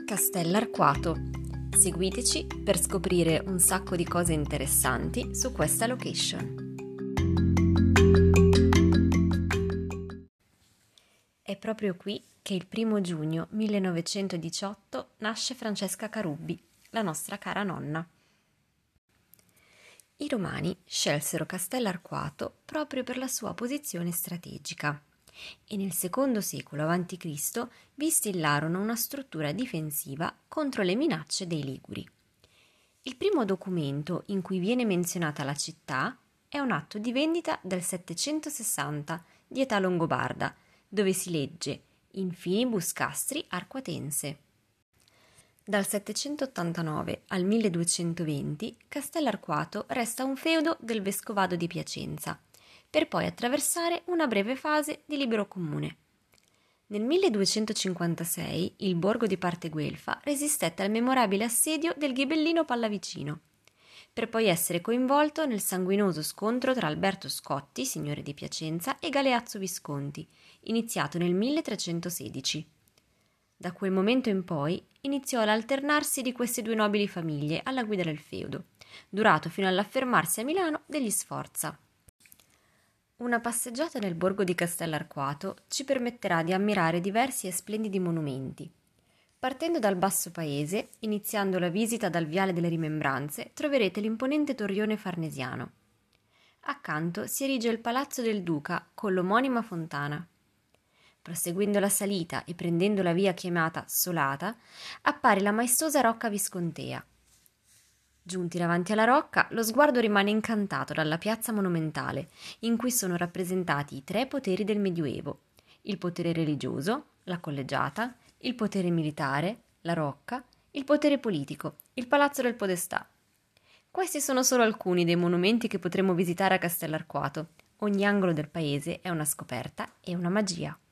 Castell'Arquato. Seguiteci per scoprire un sacco di cose interessanti su questa location. È proprio qui che il 1 giugno 1918 nasce Francesca Carubbi, la nostra cara nonna. I Romani scelsero Castell'Arquato proprio per la sua posizione strategica e nel secondo secolo a.C. vi instillarono una struttura difensiva contro le minacce dei Liguri. Il primo documento in cui viene menzionata la città è un atto di vendita del 760 di età longobarda, dove si legge In finibus castri Arquatense. Dal 789 al 1220 Castell'Arquato resta un feudo del Vescovado di Piacenza, per poi attraversare una breve fase di libero comune. Nel 1256 il borgo di Parte Guelfa resistette al memorabile assedio del ghibellino Pallavicino, per poi essere coinvolto nel sanguinoso scontro tra Alberto Scotti, signore di Piacenza, e Galeazzo Visconti, iniziato nel 1316. Da quel momento in poi iniziò l'alternarsi di queste due nobili famiglie alla guida del feudo, durato fino all'affermarsi a Milano degli Sforza. Una passeggiata nel borgo di Castell'Arquato ci permetterà di ammirare diversi e splendidi monumenti. Partendo dal Basso Paese, iniziando la visita dal Viale delle Rimembranze, troverete l'imponente torrione farnesiano. Accanto si erige il Palazzo del Duca con l'omonima fontana. Proseguendo la salita e prendendo la via chiamata Solata, appare la maestosa Rocca Viscontea. Giunti davanti alla rocca, lo sguardo rimane incantato dalla piazza monumentale, in cui sono rappresentati i tre poteri del Medioevo: il potere religioso, la collegiata, il potere militare, la rocca, il potere politico, il Palazzo del Podestà. Questi sono solo alcuni dei monumenti che potremo visitare a Castell'Arquato. Ogni angolo del paese è una scoperta e una magia.